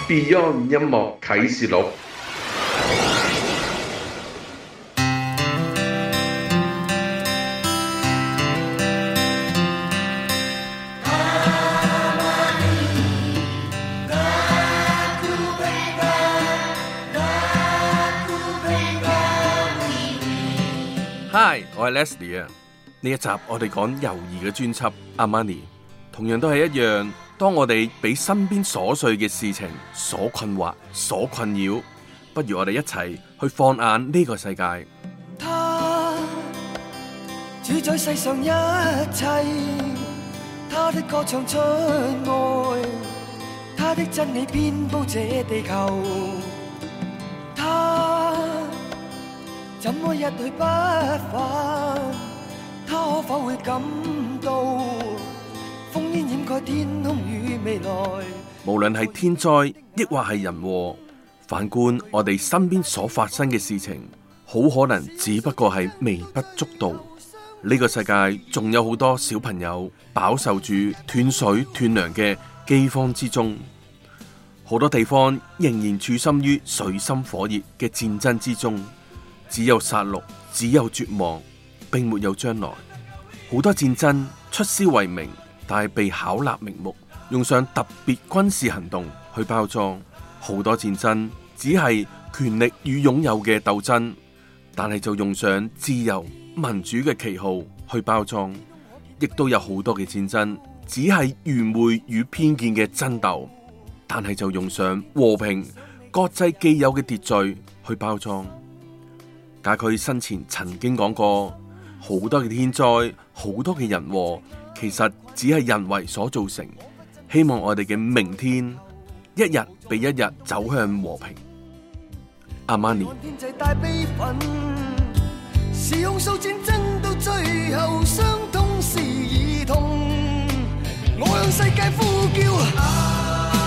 Beyond 音樂啟示錄。 Hi， 我係 Leslie 啊。呢一集我哋講猶豫嘅專輯 Amani， 同樣都係一樣。當我哋俾身邊瑣碎嘅事情所困惑、所困擾，不如我哋一齊去放眼呢個世界。 他主宰世上一切，他的歌唱出愛，他的真理遍佈這地球。他怎麼一去不返？他可否會感到烽煙掩蓋天空與未來？ 無論係天災，抑或係人禍，反觀我哋身邊所發生嘅事情，好可能只不過係微不足道。呢個世界仲有好多小朋友飽受住斷水斷糧嘅饑荒之中，好多地方仍然處心於水深火熱嘅戰爭之中。只有殺戮，只有絕望，並沒有將來。好多戰爭出師為名，但係被巧立名目，用上特別軍事行動去包裝。好多戰爭只係權力與擁有嘅鬥爭，但係就用上自由民主嘅旗號去包裝。亦都有好多嘅戰爭只係愚昧與偏見嘅爭鬥，但係就用上和平國際既有嘅秩序去包裝。但佢生前曾經講過，好多嘅天災，好多嘅人禍，其實只係人為所造成。希望我哋嘅明天，一日比一日走向和平。Amani。 天際帶悲憤，是控訴戰爭到最後，傷痛是兒童。我向世界呼叫。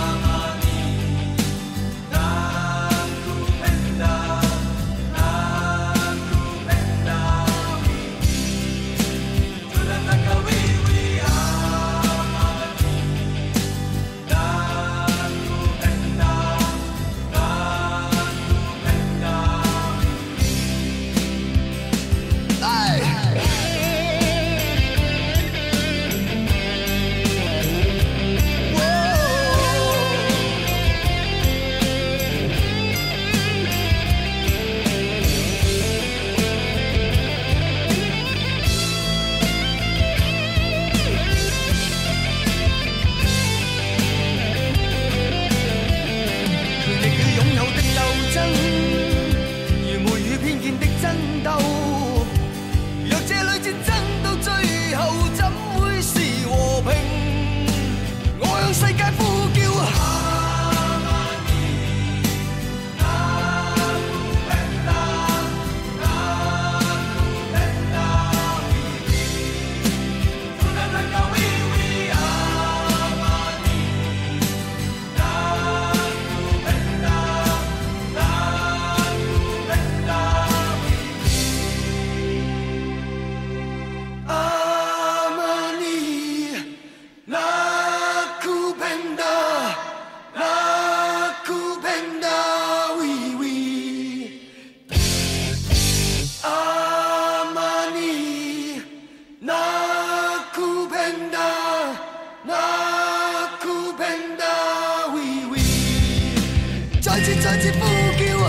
再次呼叫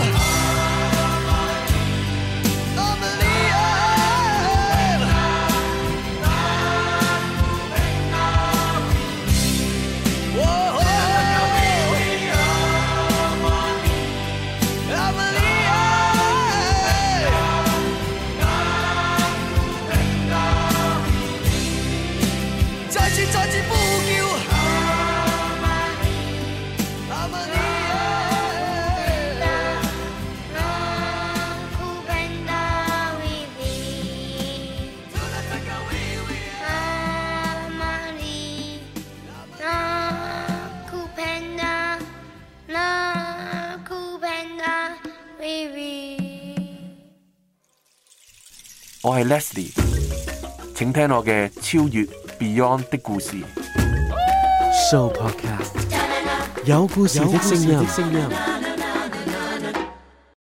我係 Leslie， 請聽我嘅超越 Beyond 的故事 Show Podcast。 有故事的聲音。